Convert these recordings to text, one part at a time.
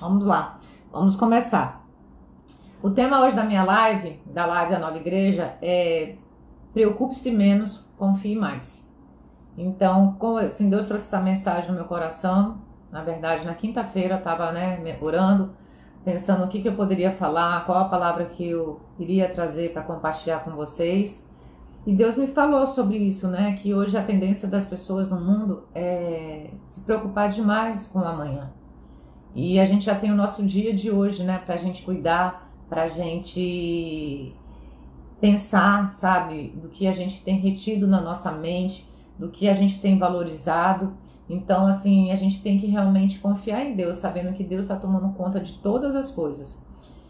Vamos lá, vamos começar. O tema hoje da minha live, da live da Nova Igreja, é preocupe-se menos, confie mais. Então, assim, Deus trouxe essa mensagem no meu coração. Na verdade, na quinta-feira eu estava orando, pensando o que eu poderia falar, qual a palavra que eu iria trazer para compartilhar com vocês. E Deus me falou sobre isso, né? Que hoje a tendência das pessoas no mundo é se preocupar demais com o amanhã. E a gente já tem o nosso dia de hoje, né? Pra gente cuidar, pra gente pensar, sabe? Do que a gente tem retido na nossa mente, do que a gente tem valorizado. Então, assim, a gente tem que realmente confiar em Deus, sabendo que Deus está tomando conta de todas as coisas.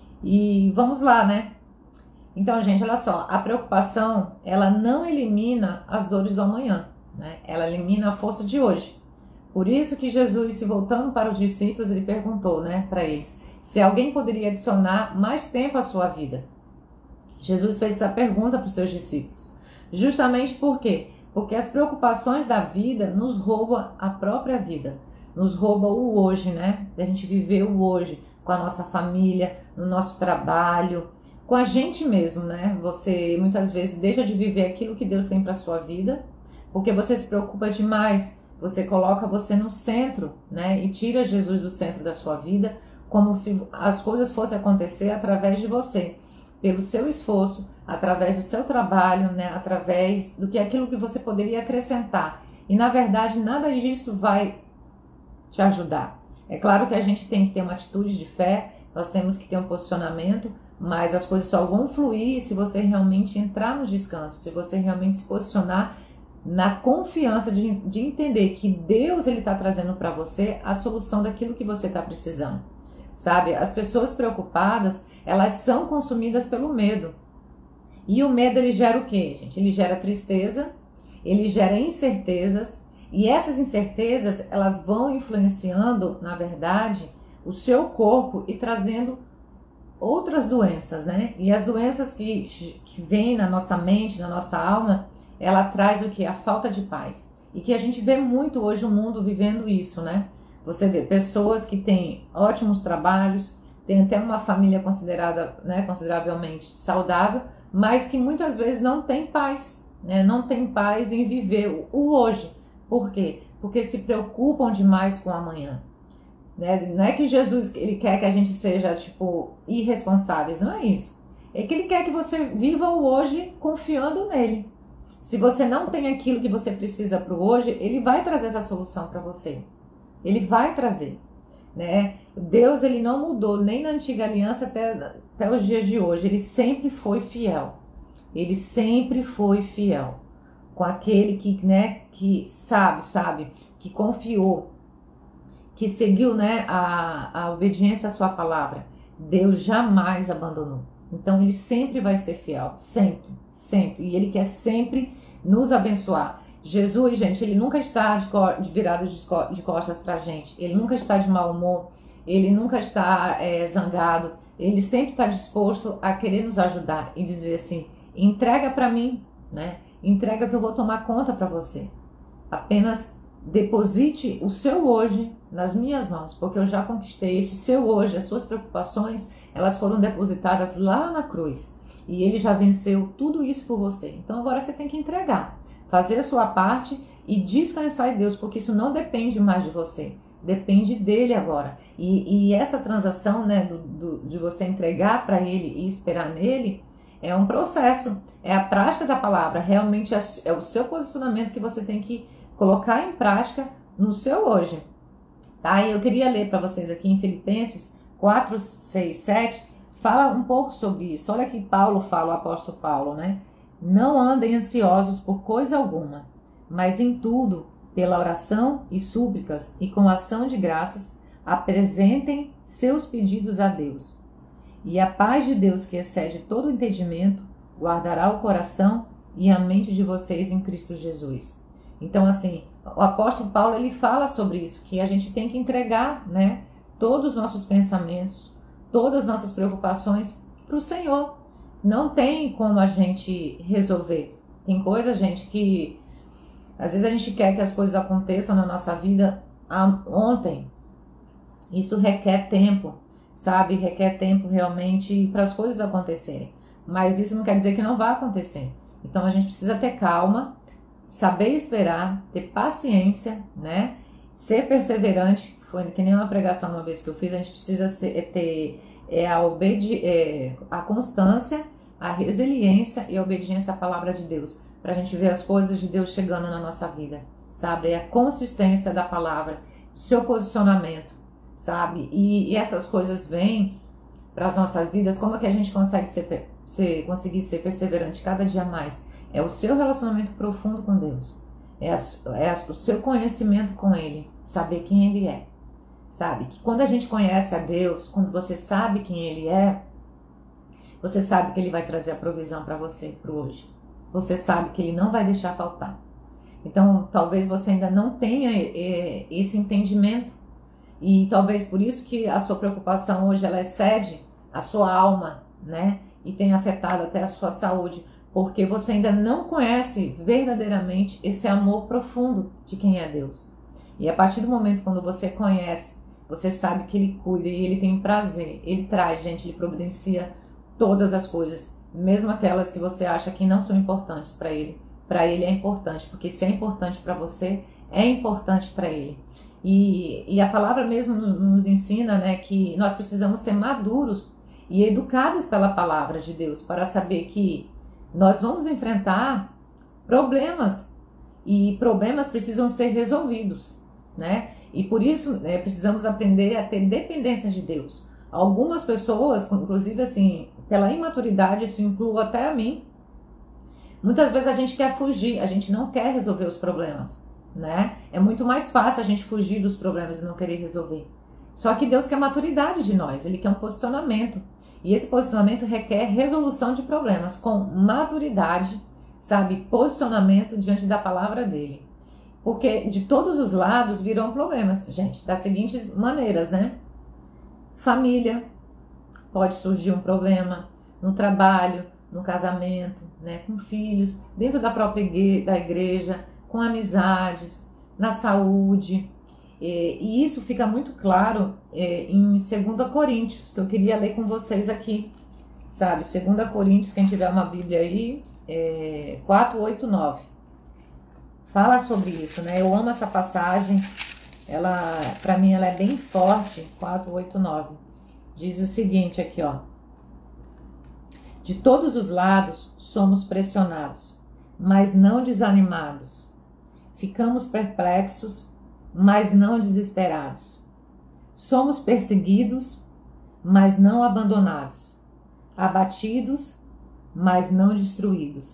E vamos lá, né? Então, gente, olha só, a preocupação, ela não elimina as dores do amanhã, né? Ela elimina a força de hoje. Por isso que Jesus, se voltando para os discípulos, ele perguntou, né, para eles, se alguém poderia adicionar mais tempo à sua vida. Jesus fez essa pergunta para os seus discípulos. Justamente por quê? Porque as preocupações da vida nos roubam a própria vida. Nos rouba o hoje, né? A gente viver o hoje com a nossa família, no nosso trabalho, com a gente mesmo, né? Você muitas vezes deixa de viver aquilo que Deus tem para sua vida, porque você se preocupa demais. Você coloca você no centro, né? E tira Jesus do centro da sua vida, como se as coisas fossem acontecer através de você, pelo seu esforço, através do seu trabalho, né? Através do que aquilo que você poderia acrescentar. E na verdade nada disso vai te ajudar. É claro que a gente tem que ter uma atitude de fé, nós temos que ter um posicionamento, mas as coisas só vão fluir se você realmente entrar no descanso, se você realmente se posicionar na confiança de entender que Deus está trazendo para você a solução daquilo que você está precisando, sabe? As pessoas preocupadas, elas são consumidas pelo medo. E o medo, ele gera o quê, gente? Ele gera tristeza, ele gera incertezas, e essas incertezas, elas vão influenciando, na verdade, o seu corpo e trazendo outras doenças, né? E as doenças que vêm na nossa mente, na nossa alma, ela traz o que? A falta de paz. E que a gente vê muito hoje o mundo vivendo isso, né? Você vê pessoas que têm ótimos trabalhos, têm até uma família considerada, né, consideravelmente saudável, mas que muitas vezes não tem paz, né? Não tem paz em viver o hoje. Por quê? Porque se preocupam demais com o amanhã. Né? Não é que Jesus ele quer que a gente seja tipo irresponsáveis, não é isso. É que ele quer que você viva o hoje confiando nele. Se você não tem aquilo que você precisa para o hoje, ele vai trazer essa solução para você. Ele vai trazer, né? Deus, ele não mudou nem na antiga aliança até os dias de hoje. Ele sempre foi fiel. Ele sempre foi fiel com aquele que, né, que sabe, que confiou, que seguiu, né, a obediência à sua palavra. Deus jamais abandonou. Então ele sempre vai ser fiel, sempre, sempre. E ele quer sempre nos abençoar. Jesus, gente, ele nunca está de virada de costas pra gente. Ele nunca está de mau humor. Ele nunca está zangado. Ele sempre está disposto a querer nos ajudar e dizer assim, entrega para mim, né? Entrega que eu vou tomar conta para você. Apenas deposite o seu hoje nas minhas mãos, porque eu já conquistei esse seu hoje, as suas preocupações, elas foram depositadas lá na cruz. E ele já venceu tudo isso por você. Então agora você tem que entregar, fazer a sua parte e descansar em Deus, porque isso não depende mais de você. Depende dele agora. E essa transação, né, de você entregar para ele e esperar nele, é um processo. É a prática da palavra. Realmente é o seu posicionamento que você tem que colocar em prática no seu hoje. Tá? E eu queria ler para vocês aqui em Filipenses 4, 6, 7, fala um pouco sobre isso. Olha que Paulo fala, o apóstolo Paulo, né? Não andem ansiosos por coisa alguma, mas em tudo, pela oração e súplicas e com ação de graças, apresentem seus pedidos a Deus. E a paz de Deus, que excede todo o entendimento, guardará o coração e a mente de vocês em Cristo Jesus. Então, assim, o apóstolo Paulo, ele fala sobre isso, que a gente tem que entregar, né, todos os nossos pensamentos, todas as nossas preocupações para o Senhor. Não tem como a gente resolver. Tem coisa, gente, que às vezes a gente quer que as coisas aconteçam na nossa vida ontem. Isso requer tempo, sabe? Requer tempo realmente para as coisas acontecerem. Mas isso não quer dizer que não vai acontecer. Então a gente precisa ter calma, saber esperar, ter paciência, né? Ser perseverante. Foi que nem uma pregação uma vez que eu fiz, a gente precisa ter a constância, a resiliência e a obediência à palavra de Deus, para a gente ver as coisas de Deus chegando na nossa vida, sabe? É a consistência da palavra, seu posicionamento, sabe? E essas coisas vêm para as nossas vidas. Como é que a gente consegue conseguir ser perseverante cada dia mais? É o seu relacionamento profundo com Deus, o seu conhecimento com Ele, saber quem Ele é, sabe? Que quando a gente conhece a Deus, quando você sabe quem Ele é, você sabe que Ele vai trazer a provisão para você para hoje. Você sabe que Ele não vai deixar faltar. Então, talvez você ainda não tenha esse entendimento. E talvez por isso que a sua preocupação hoje ela excede a sua alma, né? E tem afetado até a sua saúde. Porque você ainda não conhece verdadeiramente esse amor profundo de quem é Deus. E a partir do momento quando você conhece, você sabe que Ele cuida e Ele tem prazer. Ele traz, gente, Ele providencia todas as coisas, mesmo aquelas que você acha que não são importantes para Ele. Para Ele é importante, porque se é importante para você, é importante para Ele. E a palavra mesmo nos ensina, né, que nós precisamos ser maduros e educados pela palavra de Deus para saber que nós vamos enfrentar problemas e problemas precisam ser resolvidos, né? E por isso precisamos aprender a ter dependência de Deus. Algumas pessoas, inclusive assim, pela imaturidade, isso inclui até a mim, muitas vezes a gente quer fugir, a gente não quer resolver os problemas, né? É muito mais fácil a gente fugir dos problemas e não querer resolver. Só que Deus quer maturidade de nós, Ele quer um posicionamento. E esse posicionamento requer resolução de problemas com maturidade, sabe? Posicionamento diante da palavra dele. Porque de todos os lados virão problemas, gente, das seguintes maneiras, né? Família, pode surgir um problema no trabalho, no casamento, né? Com filhos, dentro da própria igreja, com amizades, na saúde. E isso fica muito claro em 2 Coríntios, que eu queria ler com vocês aqui, sabe? 2 Coríntios, quem tiver uma Bíblia aí, 4, 8, 9. Fala sobre isso, né? Eu amo essa passagem, para mim ela é bem forte, 4, 8, 9. Diz o seguinte aqui, ó. De todos os lados somos pressionados, mas não desanimados. Ficamos perplexos, mas não desesperados. Somos perseguidos, mas não abandonados. Abatidos, mas não destruídos.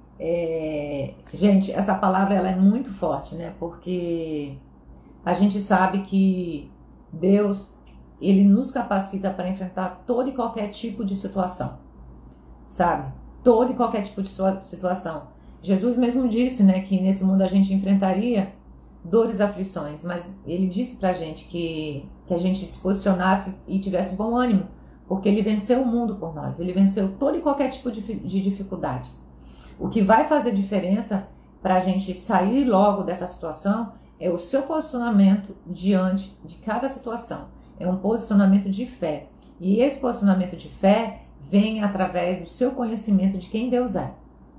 Gente, essa palavra ela é muito forte, né? Porque a gente sabe que Deus, Ele nos capacita para enfrentar todo e qualquer tipo de situação, sabe? Todo e qualquer tipo de situação. Jesus mesmo disse, né, que nesse mundo a gente enfrentaria dores e aflições, mas Ele disse pra gente que a gente se posicionasse e tivesse bom ânimo, porque Ele venceu o mundo por nós, Ele venceu todo e qualquer tipo de dificuldades. O que vai fazer diferença para a gente sair logo dessa situação é o seu posicionamento diante de cada situação. É um posicionamento de fé. E esse posicionamento de fé vem através do seu conhecimento de quem Deus é.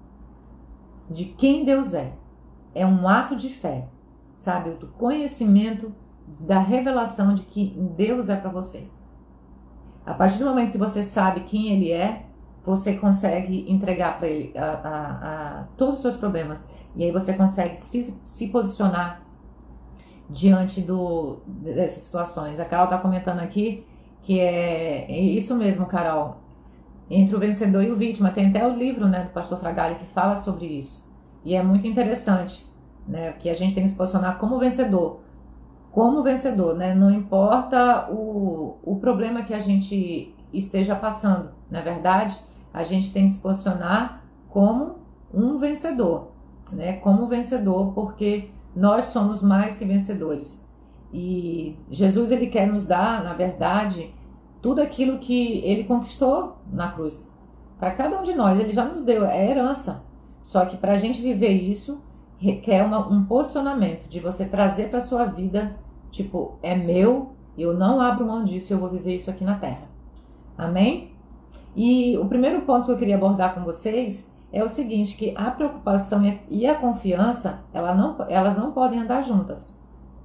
De quem Deus é. É um ato de fé, sabe? Do conhecimento, da revelação de que Deus é para você. A partir do momento que você sabe quem Ele é, você consegue entregar para Ele todos os seus problemas. E aí você consegue se posicionar diante dessas situações. A Carol está comentando aqui que é isso mesmo, Carol. Entre o vencedor e o vítima. Tem até o livro, né, do pastor Fragale que fala sobre isso. E é muito interessante, né, que a gente tem que se posicionar como vencedor. Como vencedor, né? Não importa o problema que a gente esteja passando. Na verdade, a gente tem que se posicionar como um vencedor, né? Como vencedor, porque nós somos mais que vencedores. E Jesus, Ele quer nos dar, na verdade, tudo aquilo que Ele conquistou na cruz. Para cada um de nós, Ele já nos deu, é herança. Só que para a gente viver isso, requer um posicionamento de você trazer para sua vida, tipo, é meu Eu não abro mão disso, eu vou viver isso aqui na terra. Amém? E o primeiro ponto que eu queria abordar com vocês é o seguinte, que a preocupação e a confiança, elas não podem andar juntas.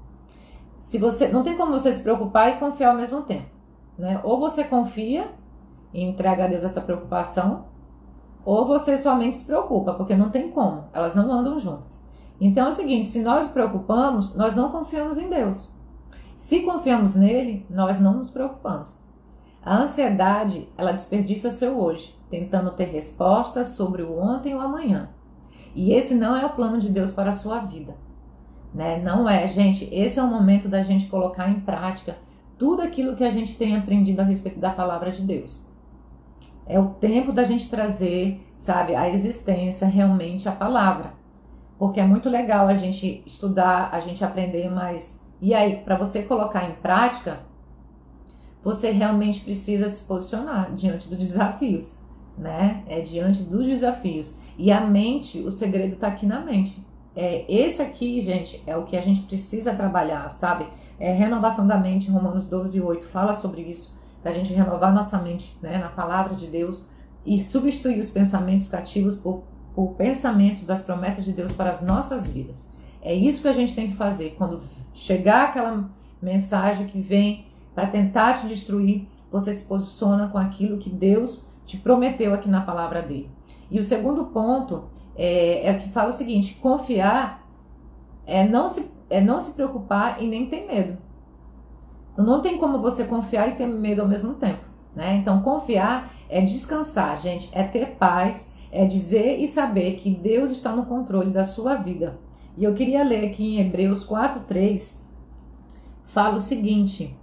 Não tem como você se preocupar e confiar ao mesmo tempo, né? Ou você confia e entrega a Deus essa preocupação, ou você somente se preocupa, porque não tem como, elas não andam juntas. Então é o seguinte, se nós nos preocupamos, nós não confiamos em Deus. Se confiamos nele, nós não nos preocupamos. A ansiedade, ela desperdiça seu hoje, tentando ter respostas sobre o ontem ou amanhã. E esse não é o plano de Deus para a sua vida, né? Não é, gente. Esse é o momento da gente colocar em prática tudo aquilo que a gente tem aprendido a respeito da palavra de Deus. É o tempo da gente trazer, sabe, à existência realmente a palavra. Porque é muito legal a gente estudar, a gente aprender, mas... E aí, para você colocar em prática, você realmente precisa se posicionar diante dos desafios, né? É diante dos desafios. E a mente, o segredo está aqui na mente. Esse aqui, gente, é o que a gente precisa trabalhar, sabe? Renovação da mente, Romanos 12:8 fala sobre isso, da gente renovar nossa mente, né, na palavra de Deus e substituir os pensamentos cativos por pensamentos das promessas de Deus para as nossas vidas. É isso que a gente tem que fazer. Quando chegar aquela mensagem que vem para tentar te destruir, você se posiciona com aquilo que Deus te prometeu aqui na palavra dele. E o segundo ponto é que fala o seguinte: confiar é não se preocupar e nem ter medo. Então, não tem como você confiar e ter medo ao mesmo tempo, né? Então, confiar é descansar, gente, é ter paz, é dizer e saber que Deus está no controle da sua vida. E eu queria ler aqui em Hebreus 4:3, fala o seguinte,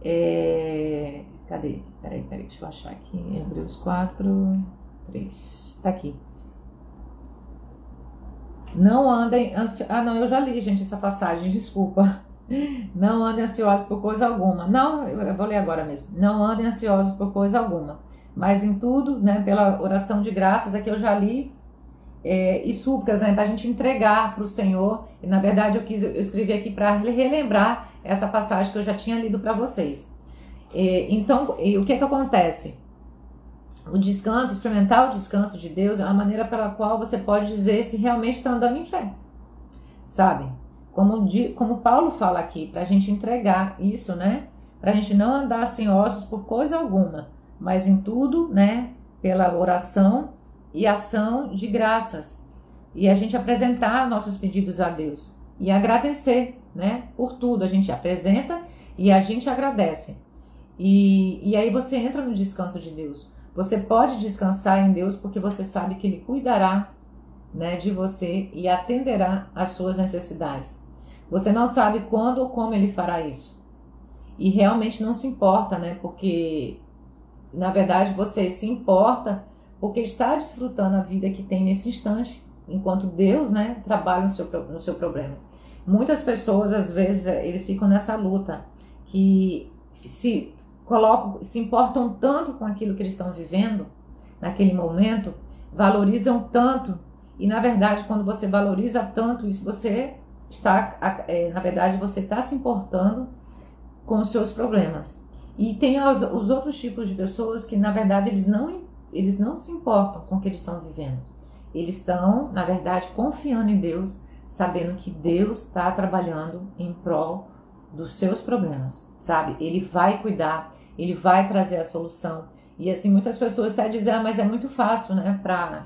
cadê? Peraí, deixa eu achar aqui, Hebreus 4:3, tá aqui. Não andem ansiosos. Ah, não, eu já li, gente, essa passagem, desculpa. Não andem ansiosos por coisa alguma. Não, eu vou ler agora mesmo. Não andem ansiosos por coisa alguma. Mas em tudo, né, pela oração de graças, aqui eu já li, e súplicas, né, para a gente entregar para o Senhor. E na verdade eu escrevi aqui para relembrar essa passagem que eu já tinha lido para vocês. Então, o que acontece? O descanso, experimentar o descanso de Deus é uma maneira pela qual você pode dizer se realmente está andando em fé, sabe? Como Paulo fala aqui, para a gente entregar isso, né? Para a gente não andar ansiosos por coisa alguma, mas em tudo, né? Pela oração e ação de graças. E a gente apresentar nossos pedidos a Deus e agradecer, né? Por tudo, a gente apresenta e a gente agradece. E aí você entra no descanso de Deus. Você pode descansar em Deus porque você sabe que Ele cuidará, né, de você e atenderá às suas necessidades. Você não sabe quando ou como Ele fará isso. E realmente não se importa, né? Porque, na verdade, você se importa porque está desfrutando a vida que tem nesse instante, enquanto Deus, né, trabalha no seu problema. Muitas pessoas, às vezes, eles ficam nessa luta, que se importam tanto com aquilo que eles estão vivendo naquele momento, valorizam tanto, e na verdade quando você valoriza tanto isso, você está, na verdade você está se importando com os seus problemas. E tem os outros tipos de pessoas que na verdade eles não se importam com o que eles estão vivendo. Eles estão, na verdade, confiando em Deus, sabendo que Deus está trabalhando em prol dos seus problemas, sabe? Ele vai cuidar, Ele vai trazer a solução. E assim, muitas pessoas até dizem, mas é muito fácil, né, para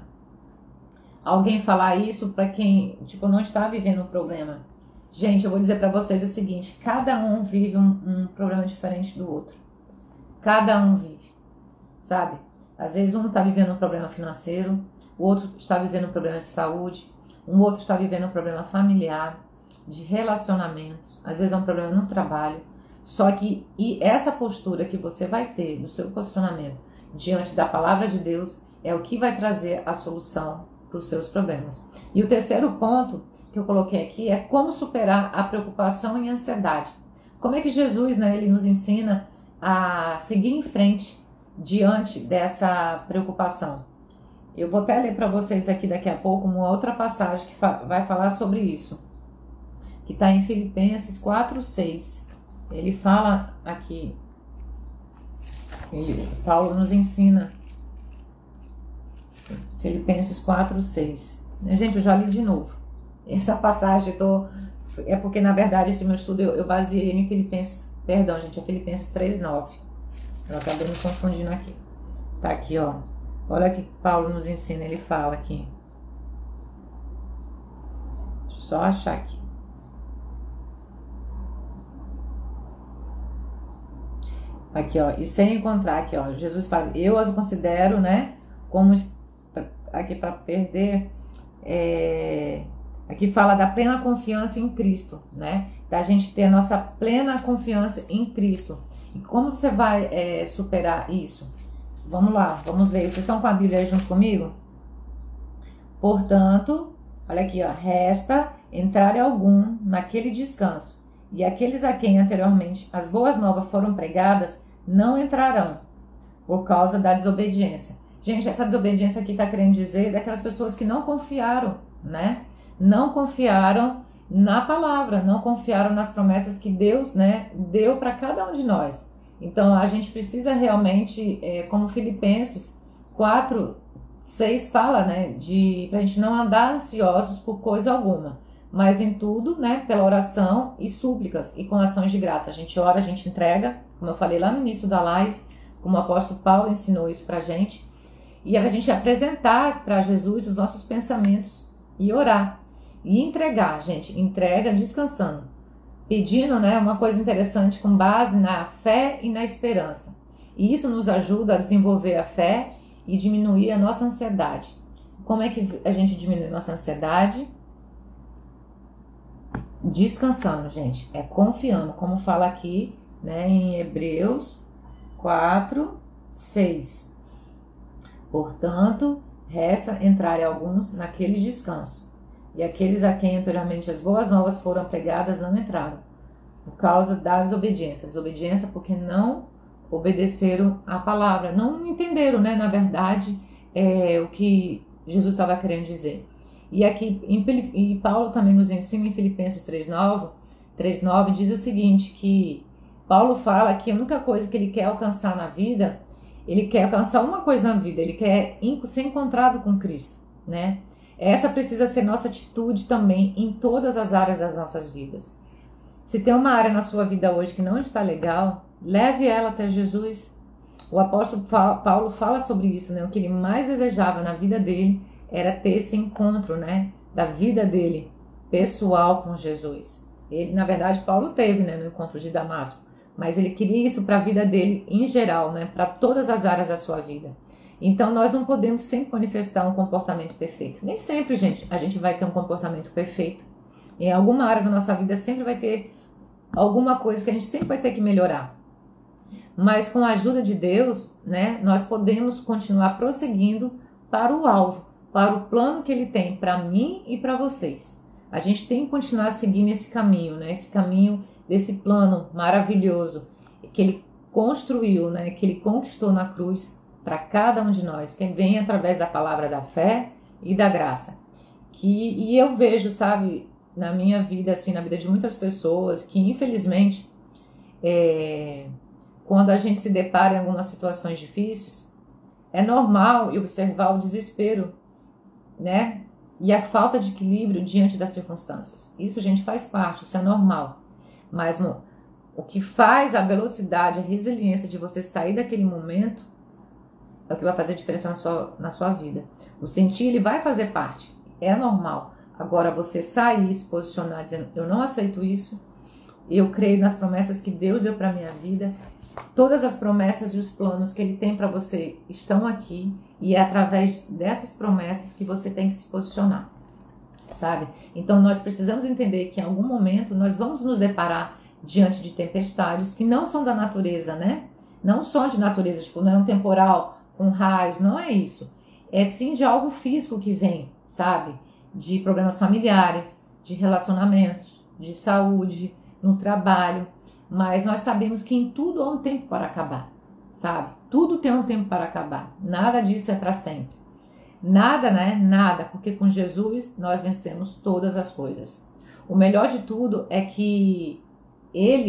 alguém falar isso para quem, tipo, não está vivendo um problema. Gente, eu vou dizer para vocês o seguinte, cada um vive um problema diferente do outro. Cada um vive, sabe? Às vezes um está vivendo um problema financeiro, o outro está vivendo um problema de saúde, um outro está vivendo um problema familiar, de relacionamentos, às vezes é um problema no trabalho. Só que essa postura que você vai ter no seu posicionamento diante da palavra de Deus é o que vai trazer a solução para os seus problemas. E o terceiro ponto que eu coloquei aqui é como superar a preocupação e a ansiedade. Como é que Jesus, né, ele nos ensina a seguir em frente diante dessa preocupação? Eu vou até ler para vocês aqui daqui a pouco uma outra passagem que vai falar sobre isso, que está em Filipenses 4:6. Ele fala aqui, Paulo nos ensina, Filipenses 4:6. Gente, eu já li de novo. Essa passagem é porque, na verdade, esse meu estudo eu baseei em Filipenses, perdão, gente, é Filipenses 3:9. Eu acabei me confundindo aqui. Tá aqui, ó. Olha o que Paulo nos ensina, ele fala aqui. Deixa eu só achar aqui. Aqui, ó. E sem encontrar aqui, ó. Jesus fala, eu as considero, né, como aqui para perder. Aqui fala da plena confiança em Cristo, né? Da gente ter a nossa plena confiança em Cristo. E como você vai superar isso? Vamos lá, vamos ler. Vocês estão com a Bíblia aí junto comigo? Portanto, olha aqui, ó. Resta entrar algum naquele descanso. E aqueles a quem anteriormente as boas novas foram pregadas não entrarão por causa da desobediência. Gente, essa desobediência aqui está querendo dizer daquelas pessoas que não confiaram, né? Não confiaram na palavra, não confiaram nas promessas que Deus, né, deu para cada um de nós. Então, a gente precisa realmente, como Filipenses 4:6 fala, né, pra gente não andar ansiosos por coisa alguma, mas em tudo, né, pela oração e súplicas e com ações de graça. A gente ora, a gente entrega, como eu falei lá no início da live, como o apóstolo Paulo ensinou isso pra gente, e a gente apresentar para Jesus os nossos pensamentos e orar. E entregar, gente, entrega descansando. Pedindo, né, uma coisa interessante com base na fé e na esperança. E isso nos ajuda a desenvolver a fé e diminuir a nossa ansiedade. Como é que a gente diminui nossa ansiedade? Descansando, gente. É confiando, como fala aqui, né, em Hebreus 4:6. Portanto, resta entrar alguns naquele descanso. E aqueles a quem anteriormente as boas novas foram pregadas não entraram, por causa da desobediência. Desobediência porque não obedeceram à palavra, não entenderam, né, na verdade, o que Jesus estava querendo dizer. E aqui, e Paulo também nos ensina em Filipenses 3:9, diz o seguinte, que Paulo fala que a única coisa que ele quer alcançar na vida, ele quer alcançar uma coisa na vida, ele quer ser encontrado com Cristo, né? Essa precisa ser nossa atitude também em todas as áreas das nossas vidas. Se tem uma área na sua vida hoje que não está legal, leve ela até Jesus. O apóstolo Paulo fala sobre isso, né? O que ele mais desejava na vida dele era ter esse encontro, né, da vida dele pessoal com Jesus. Ele, na verdade, Paulo teve, né, no encontro de Damasco, mas ele queria isso para a vida dele em geral, né, para todas as áreas da sua vida. Então, nós não podemos sempre manifestar um comportamento perfeito. Nem sempre, gente, a gente vai ter um comportamento perfeito. Em alguma área da nossa vida sempre vai ter alguma coisa que a gente sempre vai ter que melhorar. Mas com a ajuda de Deus, né, nós podemos continuar prosseguindo para o alvo, para o plano que Ele tem para mim e para vocês. A gente tem que continuar seguindo esse caminho, né, esse caminho desse plano maravilhoso que Ele construiu, né, que Ele conquistou na cruz, para cada um de nós, que vem através da palavra da fé e da graça. E eu vejo, sabe, na minha vida, assim, na vida de muitas pessoas, que infelizmente, quando a gente se depara em algumas situações difíceis, é normal observar o desespero, né, e a falta de equilíbrio diante das circunstâncias. Isso, gente, faz parte, isso é normal. Mas o que faz a velocidade, a resiliência de você sair daquele momento é o que vai fazer diferença na sua vida. O sentir, ele vai fazer parte, é normal. Agora, você sair, se posicionar, dizendo, eu não aceito isso, eu creio nas promessas que Deus deu para minha vida, todas as promessas e os planos que Ele tem para você estão aqui, e é através dessas promessas que você tem que se posicionar, sabe? Então, nós precisamos entender que em algum momento nós vamos nos deparar diante de tempestades que não são da natureza, né? Não são de natureza, tipo, não é um temporal com raios, não é isso. É sim de algo físico que vem, sabe? De problemas familiares, de relacionamentos, de saúde, no trabalho. Mas nós sabemos que em tudo há um tempo para acabar, sabe? Tudo tem um tempo para acabar. Nada disso é para sempre. Nada, né? Nada, porque com Jesus nós vencemos todas as coisas. O melhor de tudo é que Ele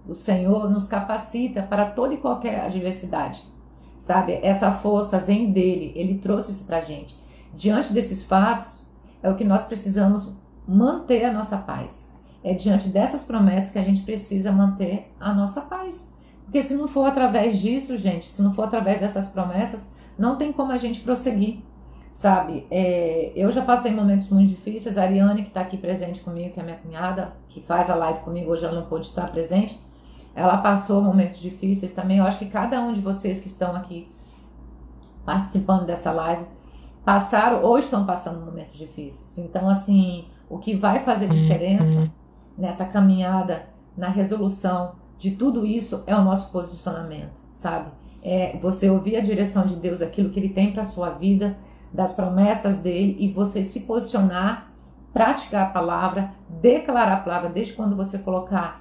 o Senhor nos capacita para toda e qualquer adversidade, sabe? Essa força vem dele, ele trouxe isso pra gente. Diante desses fatos, é o que nós precisamos manter a nossa paz. É diante dessas promessas que a gente precisa manter a nossa paz. Porque se não for através disso, gente, se não for através dessas promessas, não tem como a gente prosseguir, sabe? Eu já passei momentos muito difíceis. A Ariane, que está aqui presente comigo, que é minha cunhada, que faz a live comigo, hoje ela não pôde estar presente, ela passou momentos difíceis também. Eu acho que cada um de vocês que estão aqui participando dessa live passaram ou estão passando momentos difíceis. Então, assim, o que vai fazer diferença nessa caminhada, na resolução de tudo isso é o nosso posicionamento, sabe? É você ouvir a direção de Deus, aquilo que Ele tem para a sua vida, das promessas dele, e você se posicionar, praticar a palavra, declarar a palavra, desde quando você colocar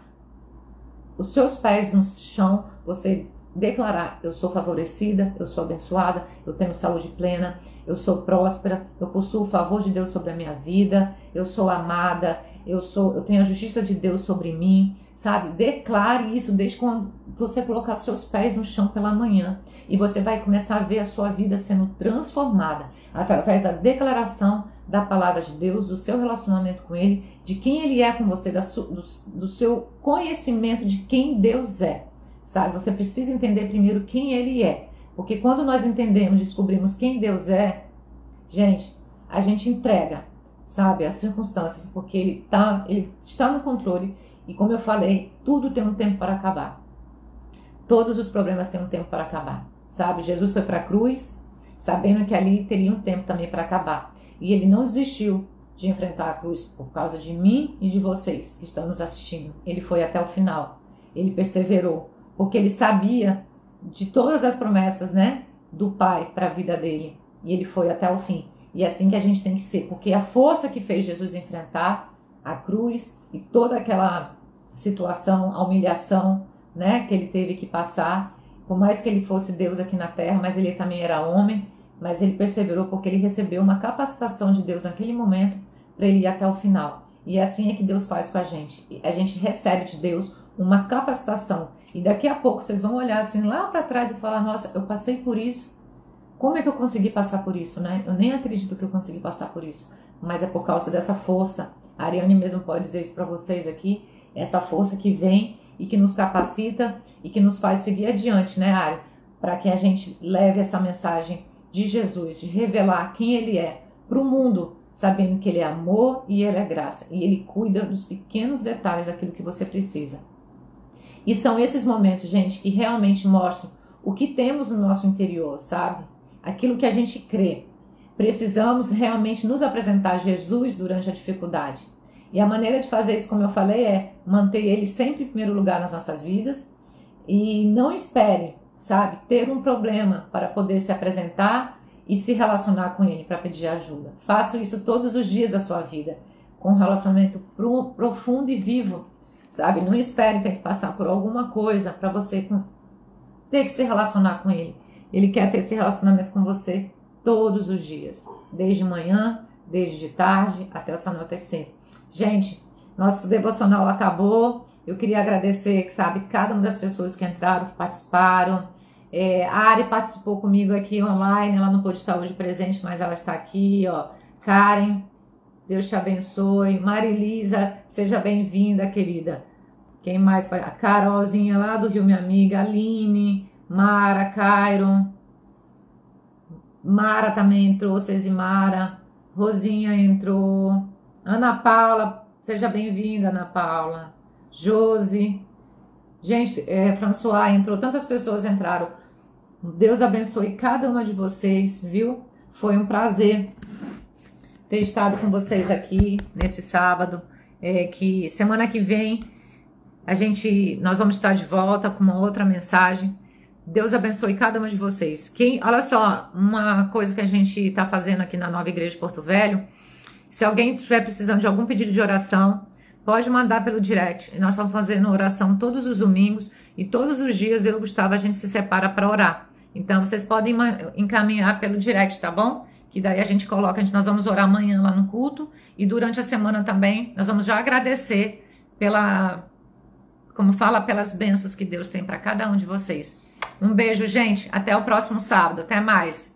os seus pés no chão, você declarar: eu sou favorecida, eu sou abençoada, eu tenho saúde plena, eu sou próspera, eu possuo o favor de Deus sobre a minha vida, eu sou amada, eu tenho a justiça de Deus sobre mim, sabe? Declare isso desde quando você colocar seus pés no chão pela manhã, e você vai começar a ver a sua vida sendo transformada através da declaração da palavra de Deus, do seu relacionamento com Ele, de quem Ele é com você, do seu conhecimento de quem Deus é, sabe? Você precisa entender primeiro quem Ele é, porque quando nós entendemos, descobrimos quem Deus é, gente, a gente entrega, sabe, as circunstâncias, porque Ele está no controle, e como eu falei, tudo tem um tempo para acabar. Todos os problemas têm um tempo para acabar, sabe? Jesus foi para a cruz, sabendo que ali teria um tempo também para acabar. E Ele não desistiu de enfrentar a cruz por causa de mim e de vocês que estão nos assistindo. Ele foi até o final. Ele perseverou, porque Ele sabia de todas as promessas, né, do Pai para a vida dele. E Ele foi até o fim. E é assim que a gente tem que ser, porque a força que fez Jesus enfrentar a cruz e toda aquela situação, a humilhação, né, que Ele teve que passar, por mais que Ele fosse Deus aqui na terra, mas Ele também era homem, mas Ele perseverou porque Ele recebeu uma capacitação de Deus naquele momento para Ele ir até o final. E assim é que Deus faz com a gente. A gente recebe de Deus uma capacitação. E daqui a pouco vocês vão olhar assim lá para trás e falar: nossa, eu passei por isso. Como é que eu consegui passar por isso, né? Eu nem acredito que eu consegui passar por isso. Mas é por causa dessa força. A Ariane mesmo pode dizer isso para vocês aqui. Essa força que vem e que nos capacita e que nos faz seguir adiante, né, Ari? Para que a gente leve essa mensagem de Jesus, de revelar quem Ele é para o mundo, sabendo que Ele é amor e Ele é graça. E Ele cuida dos pequenos detalhes daquilo que você precisa. E são esses momentos, gente, que realmente mostram o que temos no nosso interior, sabe? Aquilo que a gente crê. Precisamos realmente nos apresentar a Jesus durante a dificuldade. E a maneira de fazer isso, como eu falei, é manter Ele sempre em primeiro lugar nas nossas vidas. E não espere, sabe, ter um problema para poder se apresentar e se relacionar com Ele para pedir ajuda. Faça isso todos os dias da sua vida, com um relacionamento profundo e vivo, sabe? Não espere ter que passar por alguma coisa para você ter que se relacionar com Ele. Ele quer ter esse relacionamento com você todos os dias, desde manhã, desde de tarde, até o seu anoitecer. Gente, nosso devocional acabou. Eu queria agradecer, sabe, cada uma das pessoas que entraram, que participaram. A Ari participou comigo aqui online, ela não pôde estar hoje presente, mas ela está aqui, ó. Karen, Deus te abençoe. Marilisa, seja bem-vinda, querida. Quem mais? A Carolzinha lá do Rio, minha amiga. Aline, Mara, Cairon. Mara também entrou, Cesimara. Rosinha entrou. Ana Paula, seja bem-vinda, Ana Paula. Josi. Gente, François entrou, tantas pessoas entraram. Deus abençoe cada uma de vocês, viu? Foi um prazer ter estado com vocês aqui nesse sábado. Que semana que vem nós vamos estar de volta com uma outra mensagem. Deus abençoe cada uma de vocês. Olha só, uma coisa que a gente está fazendo aqui na Nova Igreja de Porto Velho. Se alguém estiver precisando de algum pedido de oração, pode mandar pelo direct. Nós estamos fazendo oração todos os domingos e todos os dias eu e o Gustavo a gente se separa para orar. Então vocês podem encaminhar pelo direct, tá bom? Que daí a gente coloca, nós vamos orar amanhã lá no culto e durante a semana também nós vamos já agradecer como fala, pelas bênçãos que Deus tem para cada um de vocês. Um beijo, gente. Até o próximo sábado. Até mais.